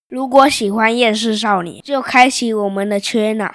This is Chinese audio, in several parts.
如果喜欢厌世少年，就开启我们的channel，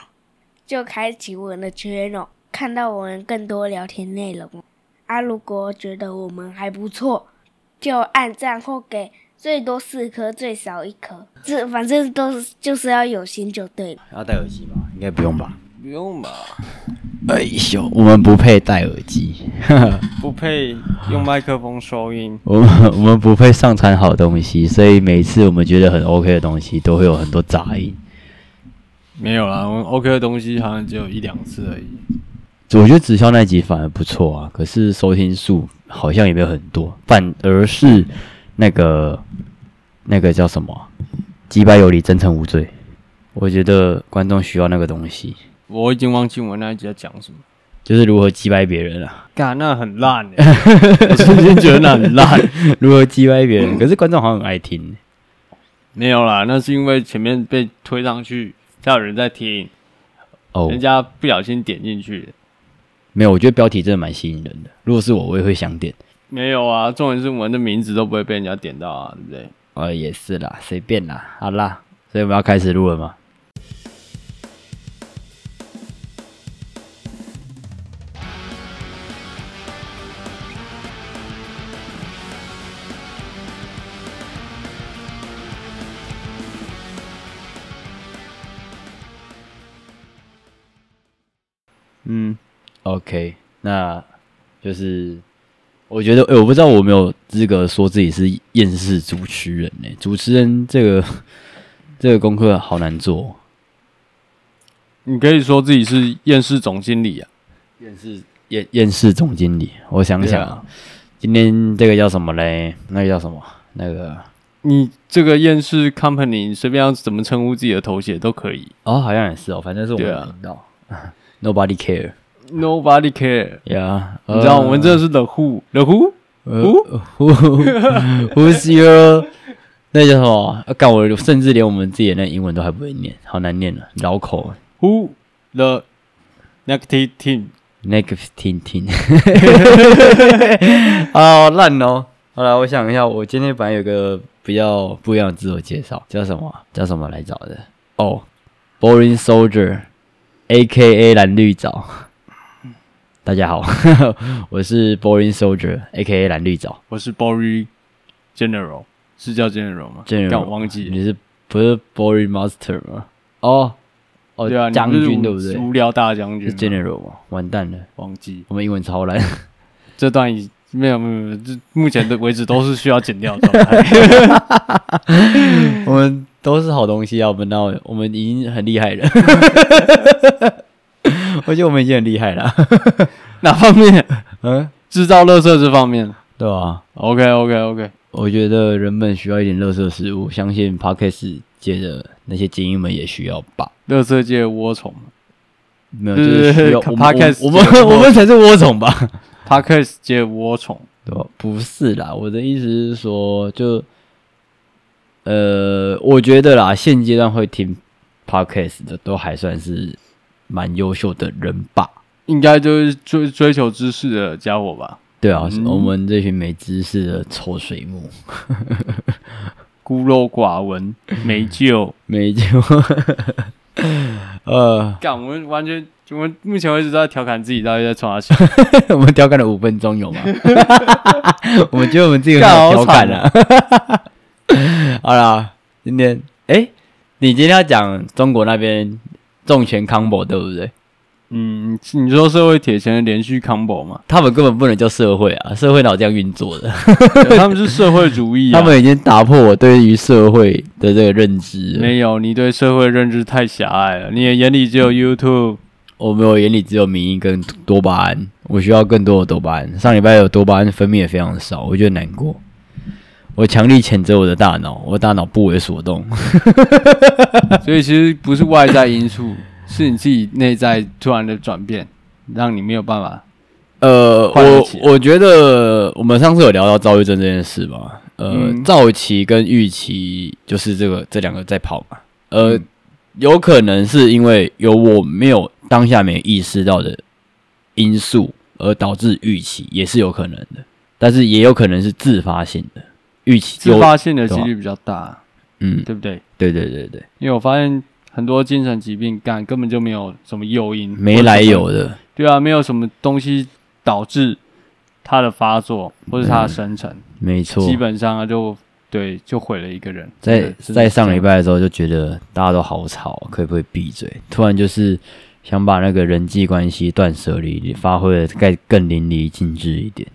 看到我们更多聊天内容。如果觉得我们还不错，就按赞或给最多4颗，最少1颗，反正就是要有心就对了。 要戴耳机吗？应该不用吧？ 不用吧？ 哎呦，我们不配戴耳机， 不配用麦克风收音。 我们不配上传好东西，所以每次我们觉得很 OK 的东西，都会有很多杂音。 没有啦，我们 OK 的东西好像只有1-2次而已。 我觉得直销那集反而不错啊，可是收听数好像也没有很多，反而是那个叫什么击败有理，真诚无罪。我觉得观众需要那个东西。 我已经忘记我那一集在讲什么， 就是如何击败别人啊。 干，那很烂我瞬间觉得那很烂。 如何击败别人？可是观众好像很爱听。 没有啦，那是因为前面被推上去，才有人在听，人家不小心点进去的。 没有，我觉得标题真的蛮吸引人的。如果是我也会想点。 没有啊，重点是我们的名字都不会被人家点到啊，对不对？ 也是啦，随便啦，好啦，所以我们要开始录了吗？OK， 那就是我觉得，我不知道我有没有资格说自己是厌世主持人呢？主持人这个功课好难做。 你可以说自己是厌世总经理啊， 厌世总经理。我想想今天这个叫什么嘞？那个叫什么？ 你这个厌世 company， 你随便要怎么称呼自己的头衔都可以。 好像也是反正是我们的频道。Nobody care。Nobody care。Yeah， 你知道我们这是 The Who。The Who？Who's your？ 那叫什么？我甚至连我们自己的那英文都还不会念，好难念了，绕口。 Who the negative team？Negative team。好烂哦！好了，我想一下，我今天本来有个比较不一样的自我介绍，叫什么来找的？Boring Soldier。AKA 蓝绿藻，大家好，我是 Boring Soldier，AKA 蓝绿藻。 我是 Boring General， 是叫 General 吗？ General， 我忘记了。 你不是 Boring Master 吗？ 对啊， 将军对不对？ 无聊大将军是 General 吗？完蛋了， 忘记。 我们英文超烂， 这段没有，目前的为止都是需要剪掉的状态。 我们都是好东西啊！我们已经很厉害了。我觉得我们已经很厉害了。 哪方面？制造垃圾这方面， 对吧 ？OK。 我觉得人们需要一点垃圾食物，相信 Podcast 界的那些精英们也需要吧。 垃圾界涡虫， 没有，就是需要我们才是涡虫吧。 Podcast 界涡虫， 对吧？不是啦，我的意思是说，我觉得啦，现阶段会听 Podcast 的都还算是蛮优秀的人吧。 应该就是追求知识的家伙吧。 对啊，我们这群没知识的臭水木， 孤陋寡闻，没救。干，我们目前为止都在调侃自己，到底在冲啥笑？ 我们调侃了5分钟有吗？我们觉得我们自己很好调侃了。好啦，今天你今天要讲中国那边重拳 combo 对不对？ 你说社会铁拳的连续 combo 吗？ 他们根本不能叫社会啊，社会哪有这样运作的？ 他们是社会主义他们已经打破我对于社会的这个认知了。 没有，你对社会认知太狭隘了，你的眼里只有 YouTube。 我没有，眼里只有迷因跟多巴胺，我需要更多的多巴胺。上礼拜有多巴胺分泌也非常的少，我觉得难过。我强力谴责我的大脑，我的大脑不为所动。 所以其实不是外在因素，是你自己内在突然的转变，让你没有办法。 我觉得我们上次有聊到躁郁症这件事嘛，躁期跟郁期就是这两个在跑嘛，有可能是因为我当下没有意识到的因素而导致郁期，也是有可能的，但是也有可能是自发性的郁期， 自发性的几率比较大。 对不对？ 对， 因为我发现很多精神疾病根本就没有什么诱因， 没来由的。 对啊，没有什么东西导致它的发作或是它的生成， 没错， 基本上就毁了一个人。 在上礼拜的时候就觉得大家都好吵，可不可以闭嘴？突然就是想把那个人际关系断舍离发挥的更淋漓尽致一点。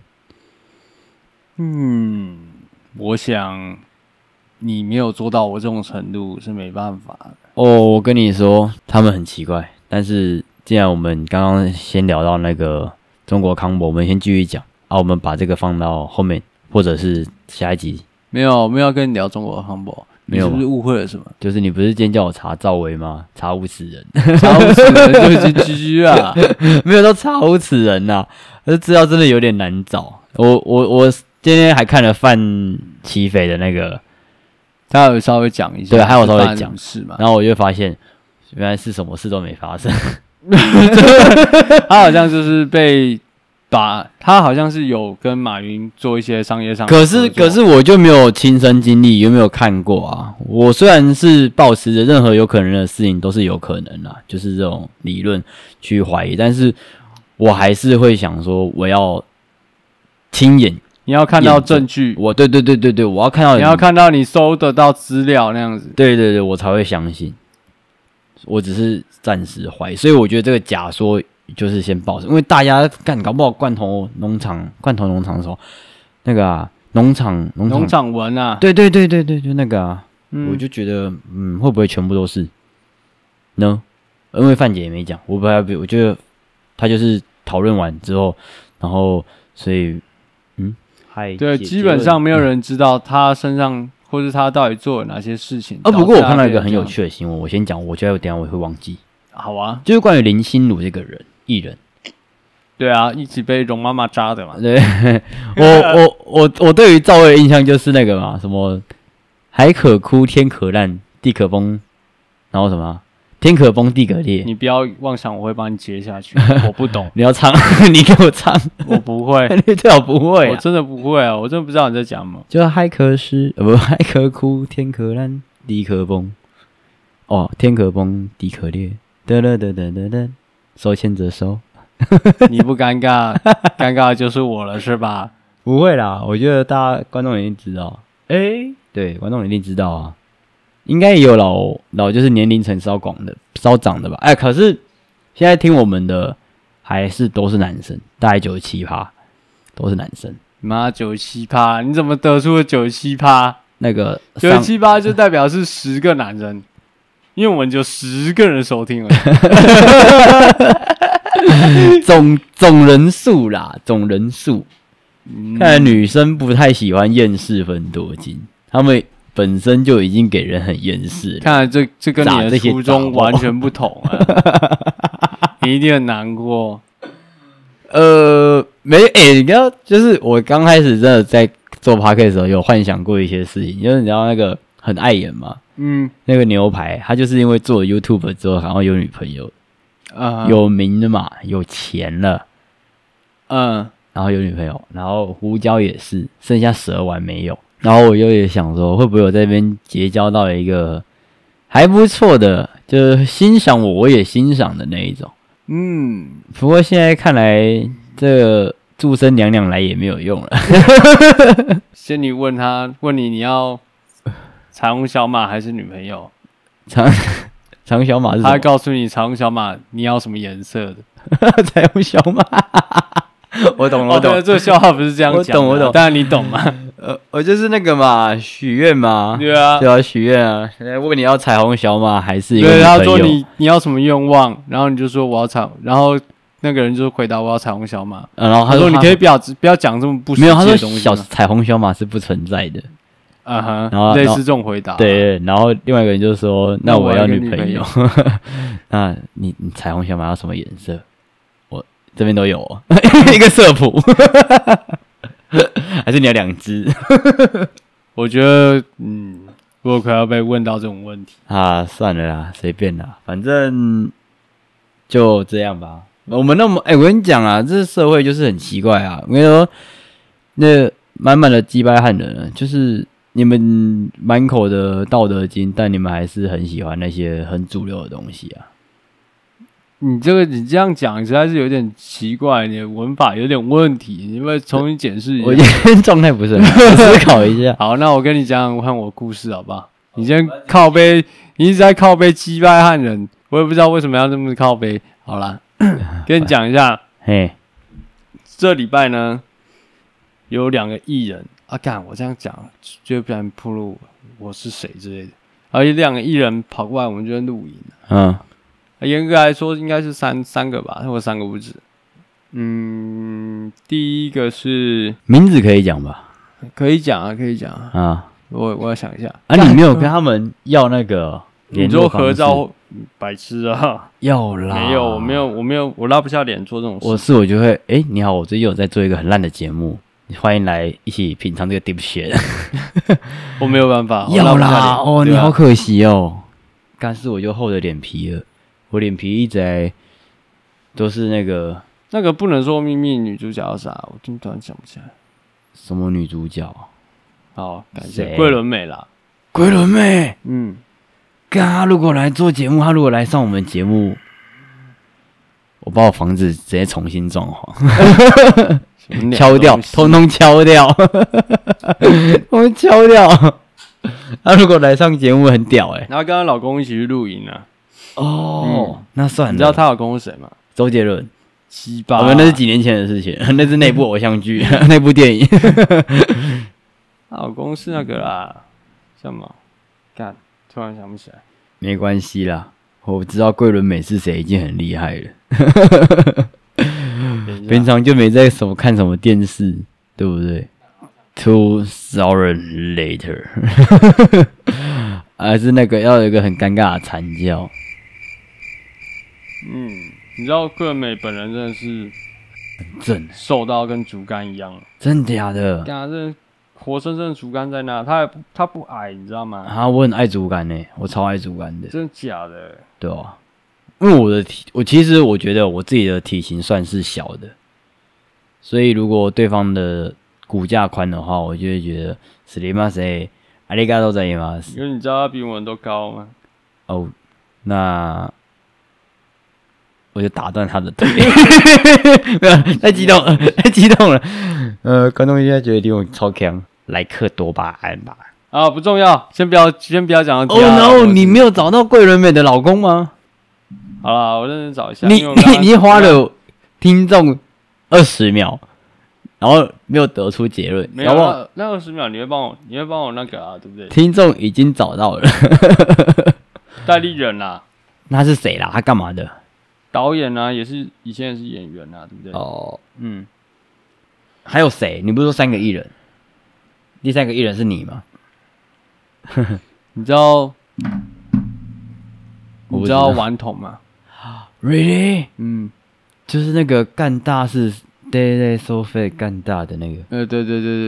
我想你没有做到我这种程度是没办法的。 我跟你说，他们很奇怪，但是既然我们刚刚先聊到那个中国康博，我们先继续讲我们把这个放到后面，或者是下一集。 没有要跟你聊中国康博，你是不是误会了什么？ 就是你不是今天叫我查赵薇吗？查无此人， 查无此人就已经 GG 了， 没有到查无此人呐，这资料真的有点难找。我今天还看了范齐斐的那个， 他有稍微讲一下， 对，还有稍微讲是嘛， 然后我就发现原来是什么事都没发生， 他好像就是他好像是有跟马云做一些商业上的合作， 可是我就没有亲身经历，有没有看过啊？我虽然是抱持着任何有可能的事情都是有可能啦，就是这种理论去怀疑，但是我还是会想说，我要亲眼。 你要看到证据， 对，我要看到你要看到你收得到资料那样子， 对，我才会相信。我只是暂时怀疑，所以我觉得这个假说就是先保持，因为大家搞不好罐头农场的时候，那个农场文啊， 对，就那个我就觉得会不会全部都是呢？因为范姐也没讲，我觉得他就是讨论完之后，然后所以对，基本上没有人知道他身上或是他到底做了哪些事情。 不过我看到一个很有趣的新闻，我先讲，我觉得等一下我会忘记。 好啊， 就是关于林心如这个艺人。 对啊，一起被容妈妈扎的嘛。 对，我对于赵薇的印象就是那个嘛，什么海可枯天可烂地可崩，然后什么天可崩地可裂。 你不要妄想我会帮你接下去，我不懂。 你要唱，你给我唱。 我不会， 你最好不会、 我真的不会啊，我真的不知道你在讲什么。 就海可枯天可烂地可崩，天可崩地可裂，噔，手牵着手。 你不尴尬，尴尬的就是我了，是吧？ 不会啦，我觉得观众一定知道。对，观众一定知道啊。应该也有老就是年龄层稍长的吧。可是现在听我们的还是都是男生，大概97%都是男生。 妈97%，你怎么得出了97%？ 那个 97%就代表是10个男生，因为我们就10个人收听了。 总人数啦，总人数。看来女生不太喜欢厌世分多金，他们本身就已经给人很厌世了。 看来这跟你的初衷完全不同啊！你一定很难过。 没你知道，就是我刚开始真的在做 podcast 的时候，有幻想过一些事情，就是你知道那个很碍眼嘛，那个牛排，他就是因为做了 YouTube 之后，然后有女朋友，有名的嘛，有钱了，然后有女朋友，然后胡椒也是，剩下蛇丸没有。然后我又也想说，会不会我在这边结交到一个还不错的，就是欣赏我也欣赏的那一种。不过现在看来，这个祝生娘娘来也没有用了。 仙女问你要彩虹小马还是女朋友？ 彩虹小马是什么？ 他告诉你彩虹小马你要什么颜色的？ 彩虹小马。我懂。 这个笑话不是这样讲。我懂。当然你懂嘛。 我就是那个嘛，许愿嘛。对啊，许愿啊。问你要彩虹小马还是一个女朋友？ 对，他说你要什么愿望，然后你就说我要然后那个人就回答我要彩虹小马。 然后他说你可以不要讲这么不实际的东西。 没有，他说彩虹小马是不存在的。 然后类似这种回答。 对，然后另外一个人就说那我要女朋友。那你彩虹小马要什么颜色？这边都有一个色谱。还是你要2只？ 我觉得，我快要被问到这种问题算了啦，随便啦，反正就这样吧。我们我跟你讲啊，这社会就是很奇怪啊。我跟你说，那满满的鸡掰汉人，就是你们满口的道德经，但你们还是很喜欢那些很主流的东西啊。 你这样讲实在是有点奇怪，你的文法有点问题，你会重新解释一下。 我今天状态不是很好，我思考一下。 好，那我跟你讲看我故事好不好？你先靠背，你一直在靠背击败汉人，我也不知道为什么要这么靠背。好啦，跟你讲一下， 嘿， 这礼拜呢有2个艺人啊，干我这样讲就不然暴露我是谁之类的，而且2个艺人跑过来，我们就在录影。严格来说应该是三个吧，或3个不止。第一个是名字可以讲吧？ 可以讲啊。我要想一下啊，你没有跟他们要那个你说合照？白痴啊！ 要啦， 没有，我没有，我拉不下脸做这种事。 我就会你好，我最近有在做一个很烂的节目，欢迎来一起品尝这个 deep shit。 我没有办法， 要啦你好可惜哦。但是我就厚着脸皮了。我脸皮一直在都是那个不能说秘密女主角是啥，我突然想不起来。 什么女主角？ 好，感谢桂纶镁啦。 桂纶镁，他如果来做节目，他如果来上我们节目，我把我房子直接重新装潢，敲掉，通通敲掉，我敲掉。他如果来上节目很屌然后跟她老公一起去露营啊。 那算了。 你知道她老公是谁吗？ 周杰伦。 我们那是几年前的事情，那是那部偶像剧，那部电影。 她老公是那个啦，什么？干，突然想不起来。 没关系啦，我知道桂纶镁是谁已经很厉害了。平常就没在看什么电视，对不对？2000 later， 还是那个要有一个很尴尬的惨叫。 你知道桂纶镁本人真的是很正， 瘦到跟竹竿一样。 真的假的？ 这活生生的竹竿在那，他不矮，你知道吗？ 我很爱竹竿我超爱竹竿的。 真的假的？ 对啊，因为其实我觉得我自己的体型算是小的，所以如果对方的骨架宽的话，我就会觉得すみません、ありがとうございます。 因为你知道他比我们都高吗？ 那我就打断他的腿。太激动了，观众现在觉得我超强，莱克多巴胺吧？ 不重要，先不要讲到。 no， 你没有找到桂纶镁的老公吗？ 好啦，我认真找一下。 你花了听众20秒，然后没有得出结论。 没有，那20秒你会帮我那个啊，对不对？ 听众已经找到了。 代理人啦。 那是谁啦？他干嘛的？ 导演啊，以前也是演员啊，对不对？ 还有谁？你不是说3个艺人？第3个艺人是你吗？ 你知道顽童吗 ？Really？ 就是那个干大是 Day So Fat 干大的那个。 对。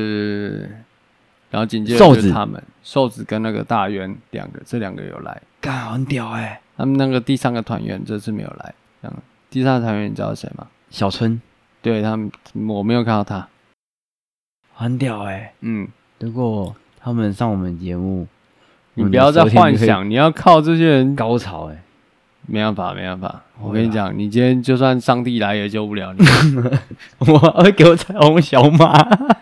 然后紧接着就是他们瘦子跟那个大渊这两个有来。 干，很屌他们那个第3个团员这次没有来。第3个团员你知道谁吗？ 小春。 对他们，我没有看到他。 很屌如果他们上我们节目， 你不要再幻想，你要靠这些人高潮没办法。我跟你讲，你今天就算上帝来也救不了你。 我会给我彩虹小马。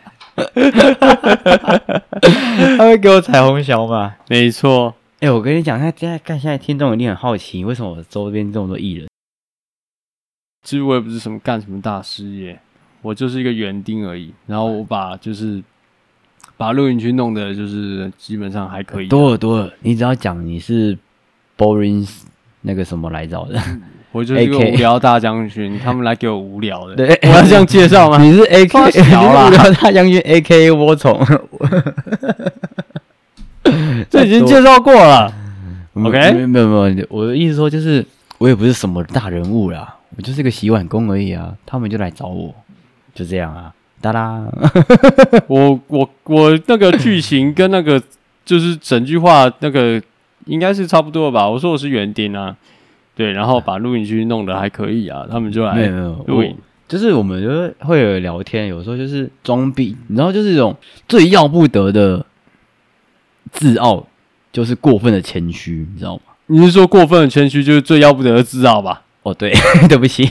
他会给我彩虹小马。 没错。 我跟你讲，现在听众一定很好奇，为什么我周边这么多艺人？ 其实我也不是干什么大事业，我就是一个园丁而已。然后我把露营区弄得就是基本上还可以。 多了，你只要讲你是 boring 那个什么来找的， 我就是一个无聊大将军，他们来给我无聊的。 对， 我要这样介绍吗？ 你是 AK 无聊大将军 AKA 涡虫。 这已经介绍过了。OK， 没有，我的意思说就是我也不是什么大人物啦，我就是个洗碗工而已啊，他们就来找我，就这样啊，哒啦。 我那个剧情跟那个就是整句话那个应该是差不多吧。我说我是园丁啊，对，然后把露营区弄得还可以啊，他们就来露营。 就是我们就会有聊天，有时候就是装逼，你知道，就是一种最要不得的自傲就是过分的谦虚，你知道吗？ 你是说过分的谦虚就是最要不得的自傲吧？ 哦，对，对不起。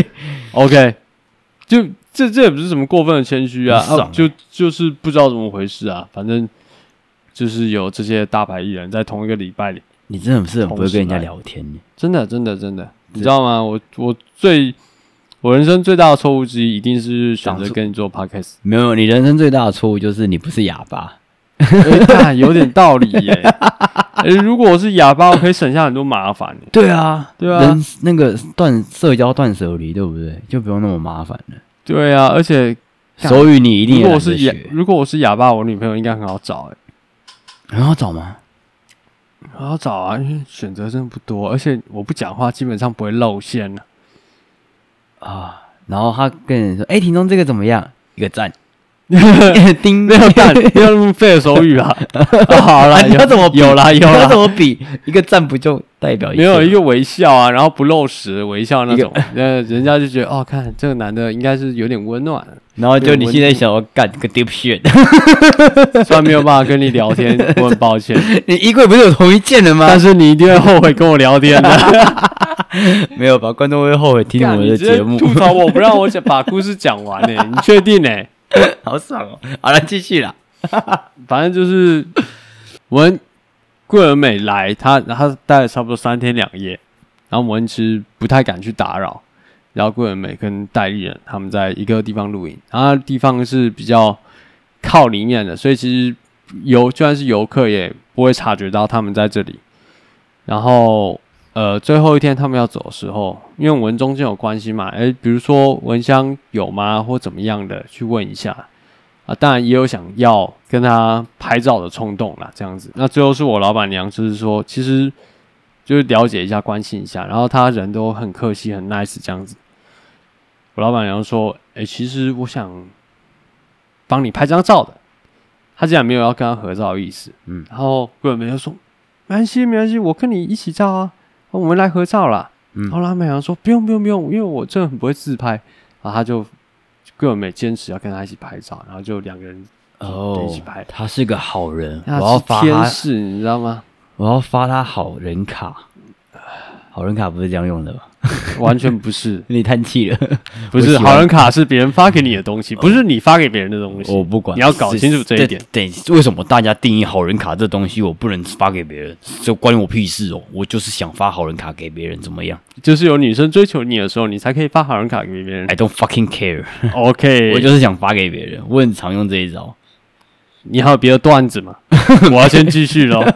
OK， 就这也不是什么过分的谦虚啊，就是不知道怎么回事啊，反正就是有这些大牌艺人在同一个礼拜里。 你真的是很不会跟人家聊天， 真的，你知道吗？我人生最大的错误之一，一定是选择跟你做 podcast。 没有，你人生最大的错误就是你不是哑巴。 有点道理耶。如果我是哑巴，我可以省下很多麻烦。 对啊，那个社交断舍离，对不对？就不用那么麻烦了。 对啊，而且手语你一定也如果我是哑巴，我女朋友应该很好找。 很好找吗？ 很好找啊，因为选择真的不多，而且我不讲话基本上不会露馅了啊。然后他跟你说：“庭中这个怎么样？”一个赞。 叮，没有赞，不要那么废的手语啊！好啦， 你要怎么有啦？ 要怎么比？一个赞不就代表没有一个微笑啊，然后不露齿微笑那种，人家就觉得看这个男的应该是有点温暖。 然后就你现在想要干个 deep shit， 虽然没有办法跟你聊天，我很抱歉。 你衣柜不是有同一件的吗？ 但是你一定会后悔跟我聊天的。 没有吧？观众会后悔听我的节目。 吐槽我不让我把故事讲完呢？你确定呢？ 好爽哦！好了，继续啦。 反正就是我们桂纶镁来，他待了差不多3天2夜，然后我们其实不太敢去打扰。然后桂纶镁跟代理人他们在一个地方录影，然后地方是比较靠里面的，所以其实就算是游客也不会察觉到他们在这里。然后最后一天他们要走的时候，因为我们中间有关系嘛，比如说文香有吗或怎么样的去问一下啊，当然也有想要跟他拍照的冲动啦，这样子。那最后是我老板娘就是说，其实就是了解一下关心一下，然后他人都很客气很 nice 这样子。我老板娘说其实我想帮你拍张照的，他竟然没有要跟他合照的意思。然后桂纶镁就说没关系，我跟你一起照啊，我们来合照啦。然后老板娘说不用，因为我真的很不会自拍。然后他就桂纶镁坚持要跟他一起拍照，然后就2个人一起拍。 他是个好人，我要发他天使，你知道吗？ 我要发他好人卡。好人卡不是这样用的吧？ 完全不是。 你叹气了。 不是，好人卡是别人发给你的东西，不是你发给别人的东西。 我不管， 你要搞清楚这一点。 对，为什么大家定义好人卡这东西我不能发给别人？就关我屁事哦！我就是想发好人卡给别人，怎么样？ 就是有女生追求你的时候，你才可以发好人卡给别人。 I don't fucking care。 OK， 我就是想发给别人，我很常用这一招。 你还有别的段子吗？我要先继续咯。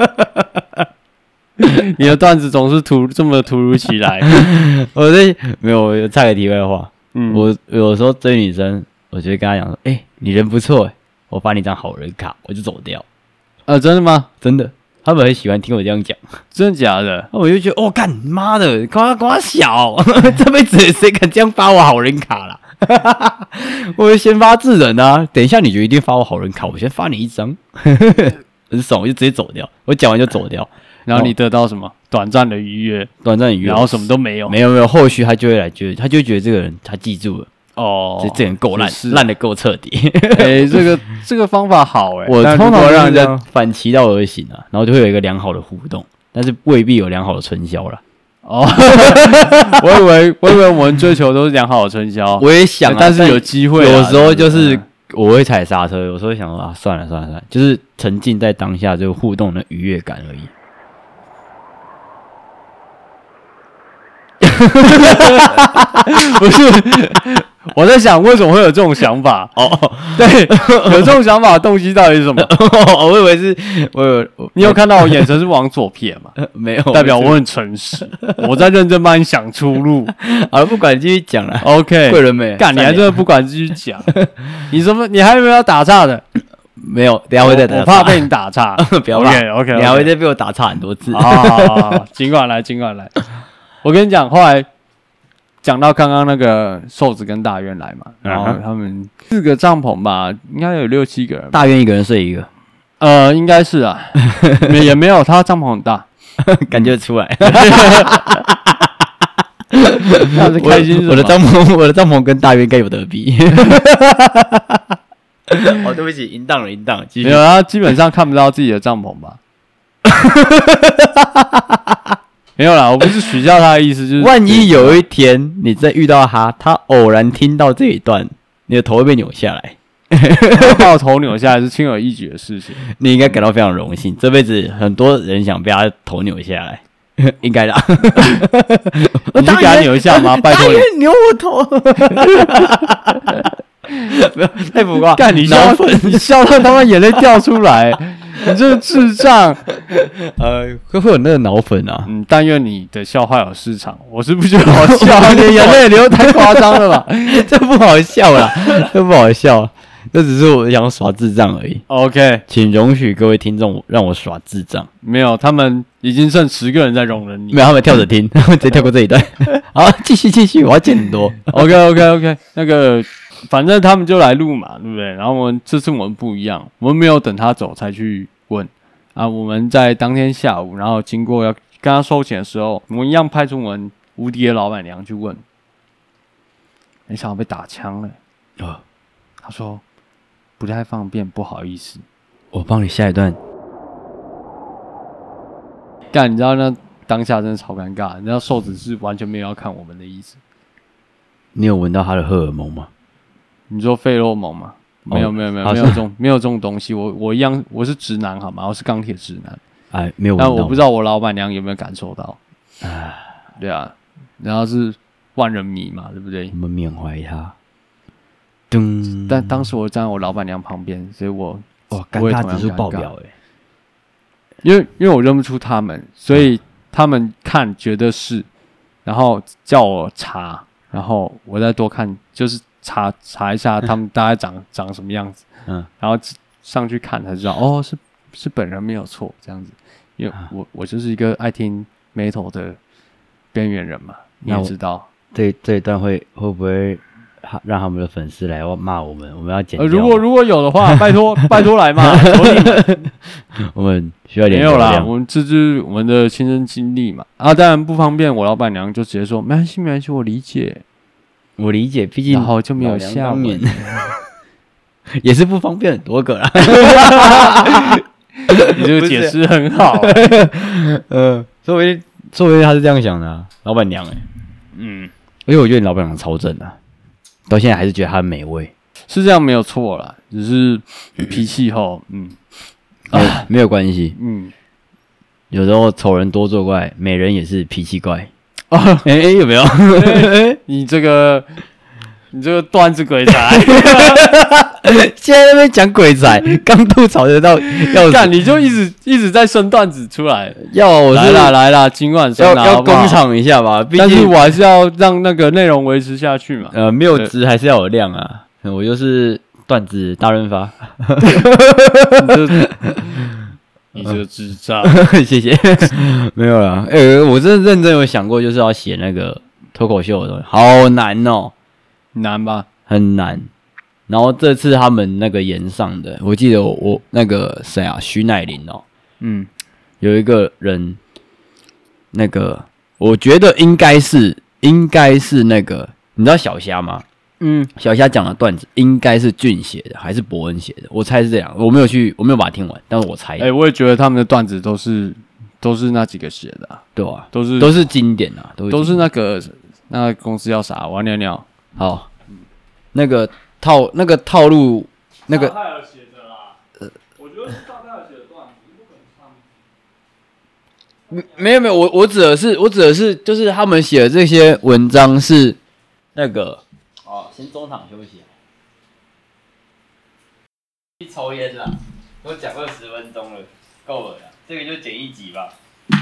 你的段子总是这么突如其来。 没有，我插个题外话。我有时候追女生，我就会跟她讲说：“你人不错，我发你张好人卡，我就走掉。” 真的吗？ 真的，他们很喜欢听我这样讲。 真的假的？ 我就觉得干妈的，瓜小，这辈子谁敢这样发我好人卡啦？我会先发制人啊！等一下你就一定发我好人卡，我先发你一张，很爽，我就直接走掉。我讲完就走掉。 然后你得到什么？短暂的愉悦，然后什么都没有。 没有，后续他就会来他就会觉得这个人他记住了。这人够烂，烂的够彻底。 这个方法好我通常让人家反其道而行啊，然后就会有一个良好的互动，但是未必有良好的春宵啦。 我以为我们追求都是良好的春宵。 我也想， 但是有机会， 有时候就是我会踩刹车，有时候想说算了，就是沉浸在当下这个互动的愉悦感而已。 不是，我在想为什么会有这种想法？对，有这种想法的动机到底是什么？ 我以为是你有看到我眼神是往左撇吗？ 没有， 代表我很诚实，我在认真帮你想出路。 好了，不管，继续讲了。 OK， 桂纶镁， 干，你还真的不管，继续讲。你还有没有要打岔的？ 没有，等一下会再打岔。 我怕被你打岔， 不要怕。 OK， 你还会再被我打岔很多次。 好，尽管来。我跟你讲，后来讲到刚刚那个瘦子跟大渊来嘛，然后他们4个帐篷吧，应该有6、7个人。 大渊一个人睡一个， 应该是啊，也没有，他帐篷很大， 感觉出来。 他是开心什么？ 我的帐篷跟大渊该有得比。 哦，对不起，淫荡了。 没有，他基本上看不到自己的帐篷吧？没有啦，我不是取笑他的意思，就是万一有一天你再遇到他，他偶然听到这一段，你的头会被扭下来。 把我头扭下来是轻而易举的事情， 你应该感到非常荣幸。这辈子很多人想被他头扭下来，应该的。 你去给他扭一下吗？拜托你扭我头。没有太浮夸， 干你笑到他妈眼泪掉出来，你这个智障。 会有那个脑粉啊。 但愿你的笑话有市场，我是不觉得好笑，你的眼泪流太夸张了吧？ 这不好笑啦，这不好笑，这只是我想耍智障而已。 OK， 请容许各位听众让我耍智障。 没有，他们已经剩10个人在容忍你。 没有，他们跳着听，他们直接跳过这一段。好，继续，我要剪很多。 OK， 那个。反正他们就来录嘛，对不对？然后这次我们不一样，我们没有等他走才去问啊。我们在当天下午，然后经过要跟他收钱的时候，我们一样派出我们无敌的老板娘去问，没想到被打枪了。他说不太方便，不好意思。 我帮你下一段。 干，你知道那当下真的超尴尬，你知道瘦子是完全没有要看我们的意思。 你有闻到他的荷尔蒙吗？ 你说费洛蒙吗？没有这种东西。我一样，我是直男好吗？我是钢铁直男。 哎，没有闻到。 但我不知道我老板娘有没有感受到。对啊，然后是万人迷嘛，对不对？ 我们缅怀他。 但当时我站在我老板娘旁边，所以我尴尬指数爆表哎。 因为我认不出他们，所以他们看觉得是，然后叫我查，然后我再多看，就是查一下他们大概长什么样子，然后上去看才知道，哦，是本人没有错，这样子，因为我就是一个爱听 metal 的边缘人嘛，你也知道。 这一段会不会让他们的粉丝来骂我们？我们要剪掉。 如果有的话，拜托来骂，求你们。 我们需要点没有啦，我们这是我们的亲身经历嘛。当然不方便，我老板娘就直接说没关系，我理解。 毕竟然后就没有下文， 也是不方便很多个啦。 你这个解释很好。 说不定他是这样想的啊，老板娘因为我觉得你老板娘超正啊，到现在还是觉得她很美味， 是这样没有错啦，只是脾气吼， 没有关系，有时候丑人多作怪，美人也是脾气怪。有没有？ 你这个段子鬼才， 现在那边讲鬼才，刚吐槽得到要干，你就一直在生段子出来。 我是来啦，今晚生要工厂一下吧， 但是我还是要让那个内容维持下去嘛。 没有值还是要有量啊，我就是段子大润发。 你这个智障， 谢谢。没有啦，我真的认真有想过，就是要写那个脱口秀的东西，好难哦， 难吧？ 很难。然后这次他们那个演上的，我记得我那个谁啊，徐乃麟哦，有一个人，那个我觉得应该是那个，你知道小虾吗？小虾讲的段子应该是俊写的还是伯恩写的？我猜是这样，我没有把它听完，但是我猜。 我也觉得他们的段子都是那几个写的啊， 对啊， 都是经典啊， 都是那个公司叫啥？我要尿尿。 好，那个套路，那个。 萨泰尔写的啦，我觉得是萨泰尔写的段子，不可能唱。 没有，我指的是，就是他们写的这些文章是那个。先中场休息。抽烟啦，我讲20分钟了，够了啦，这个就剪1集吧。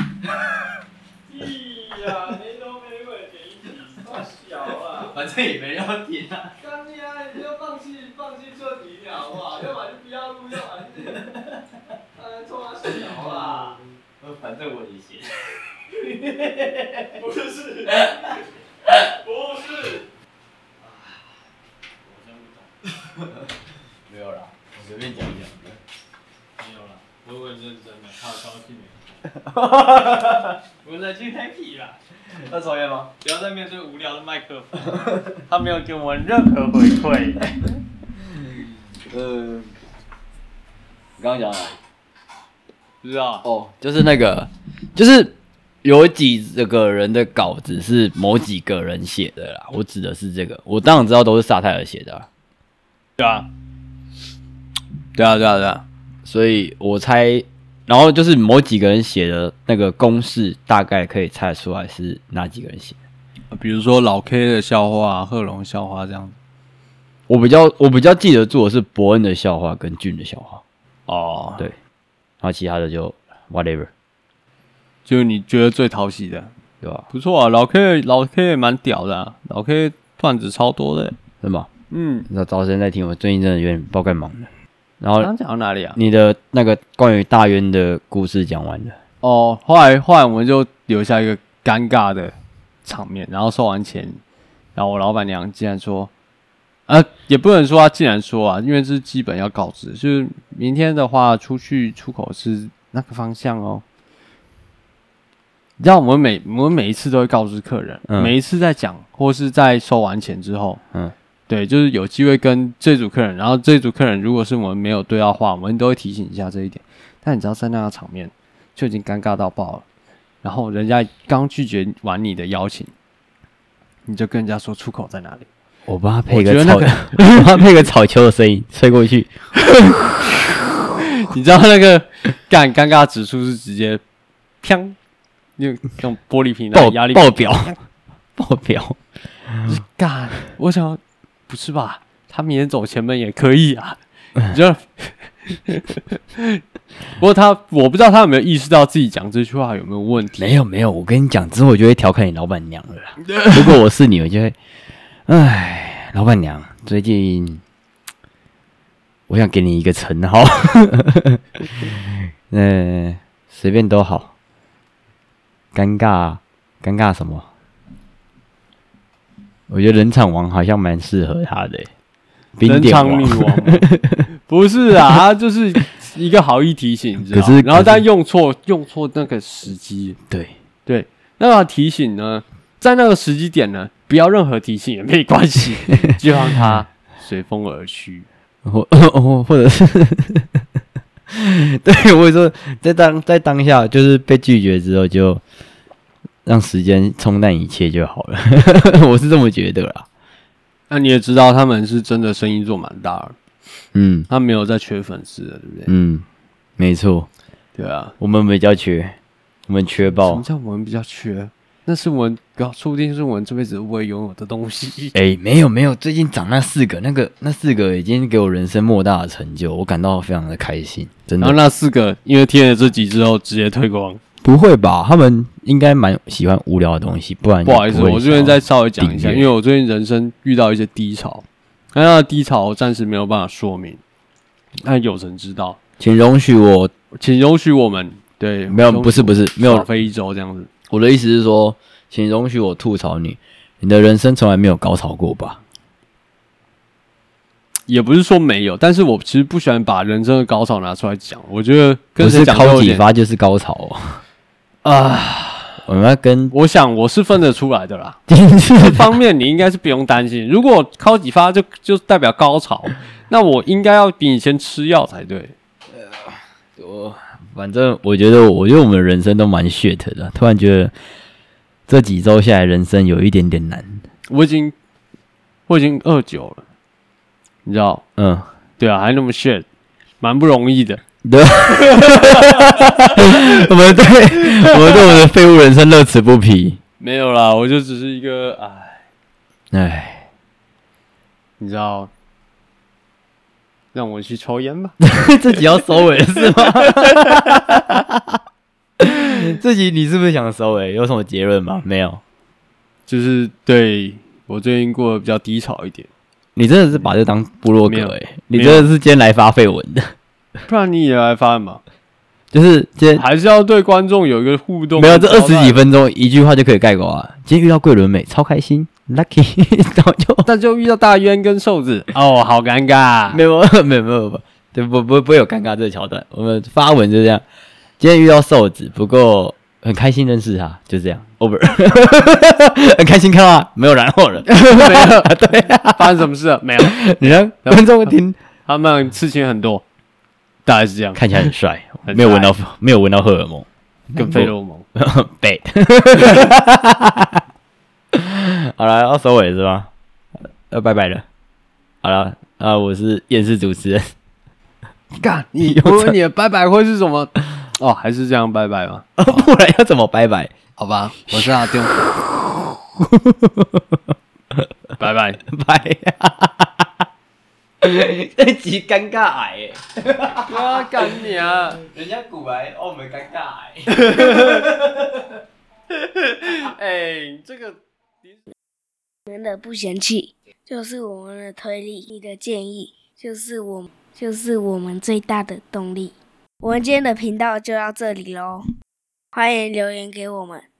呀，没头没尾剪1集，太小了。 反正也没人要听啊。 干你啊！你就放弃彻底了，好不好？要么就不要录，要么就冲他小啦。 反正我也写。 不是。 没有啦，我随便讲一讲。 没有啦，我很认真的，他有高兴没？我在去 happy 啦。 要抽烟吗？ 不要再面对无聊的麦克风，他没有给我们任何回馈。 刚刚讲哪里？ 不知道哦，就是那个，就是有几个人的稿子是某几个人写的啦。我指的是这个，我当然知道都是萨泰尔写的啦。 对啊，对啊，对啊，对啊。 所以我猜，然后就是某几个人写的那个公式，大概可以猜出来是哪几个人写的。 比如说老 K 的笑话、贺龙笑话这样子。 我比较记得住的是伯恩的笑话跟俊的笑话。 哦， 对，然后其他的就 whatever。 就你觉得最讨喜的， 对吧？ 不错啊，老 K 也蛮屌的啊，老 K 段子超多的， 是吗？那找时间再听，我最近真的有点爆干忙的。然后刚讲到哪里啊？ 你的那个关于大渊的故事讲完了。 哦，后来我们就留下一个尴尬的场面，然后收完钱，然后我老板娘竟然说，也不能说她竟然说啊，因为这是基本要告知，就是明天的话出口是那个方向哦。你知道我们每一次都会告知客人，每一次在讲或是在收完钱之后，对，就是有机会跟这组客人，然后这组客人如果是我们没有对到话，我们都会提醒一下这一点。但你知道在那个场面就已经尴尬到爆了，然后人家刚拒绝完你的邀请，你就跟人家说出口在哪里？ 我帮他配个草球的声音吹过去。 你知道那个尴尬指数是直接砰，用玻璃瓶的压力爆表。 干，我想不是吧？他明天走前门也可以啊。你就，不过我不知道他有没有意识到自己讲这句话有没有问题。 没有，我跟你讲之后，我就会调侃你老板娘了啦。如果我是你，我就会，老板娘，最近我想给你一个称号，随便都好。尴尬什么？我觉得人场王好像蛮适合他的。 人场女王不是啊，他就是一个好意提醒，可是然后但用错那个时机，对，那个提醒呢，在那个时机点呢，不要任何提醒也没关系，就让它随风而去， 或者是，对，我说在当下就是被拒绝之后，就让时间冲淡一切就好了，我是这么觉得啦。 那你也知道他们是真的生意做蛮大的，他没有在缺粉丝的，对不对？ 没错， 对啊， 我们比较缺，我们缺爆。 什么叫我们比较缺？那是我们说不定是我们这辈子不会拥有的东西。 没有，最近涨那4个，那4个已经给我人生莫大的成就，我感到非常的开心，真的。 然后那4个因为听了这集之后直接退光。 不会吧？他们应该蛮喜欢无聊的东西，不然不好意思，我这边再稍微讲一下，因为我最近人生遇到一些低潮，那个低潮我暂时没有办法说明，但有人知道， 请容许我们， 对， 没有，不是，没有少飞1周这样子。 我的意思是说，请容许我吐槽你的人生从来没有高潮过吧？ 也不是说没有，但是我其实不喜欢把人生的高潮拿出来讲，我觉得不是考几发就是高潮我们要我想我是分得出来的啦。这方面你应该是不用担心。如果考几发就代表高潮，那我应该要比你先吃药才对。 反正我觉得我们的人生都蛮 shit 的。突然觉得这几周下来，人生有一点点难。我已经 29了，你知道？对啊，还那么 shit， 蛮不容易的。 对，我们对我们的废物人生乐此不疲。 没有啦，我就只是一个你知道，让我去抽烟吧。 这集要收尾了是吗？这集你是不是想收尾？有什么结论吗？没有， 就是对我最近过得比较低潮一点。 你真的是把这当部落格你真的是今天来发废文的。 不然你也来发嘛？ 就是今天还是要对观众有一个互动。 没有，这20几分钟一句话就可以概括啊！今天遇到桂纶镁，超开心 ，lucky， 然后但就遇到大渊跟瘦子，好尴尬。 没有，对，不会有尴尬这个桥段。我们发文就这样。今天遇到瘦子，不过很开心认识他，就这样 over。很开心看到他，没有然后了， 没有，对，发生什么事了？没有。 你看观众听。 他们刺青很多，大概是这样， 看起来很帅，没有闻到荷尔蒙， 跟费洛蒙。 Bad 好了，要收尾是吧？要拜拜了。好了，我是厌世主持人。 干，我问你的拜拜会是什么？哦，还是这样拜拜吗？ 不然要怎么拜拜？ 好吧，我是阿丢。拜拜拜。这集尴尬癌耶！ 我干你啊！ 人家古来我们尴尬癌。 这个你们的不嫌弃就是我们的推力，你的建议就是我们最大的动力。我们今天的频道就到这里咯，欢迎留言给我们。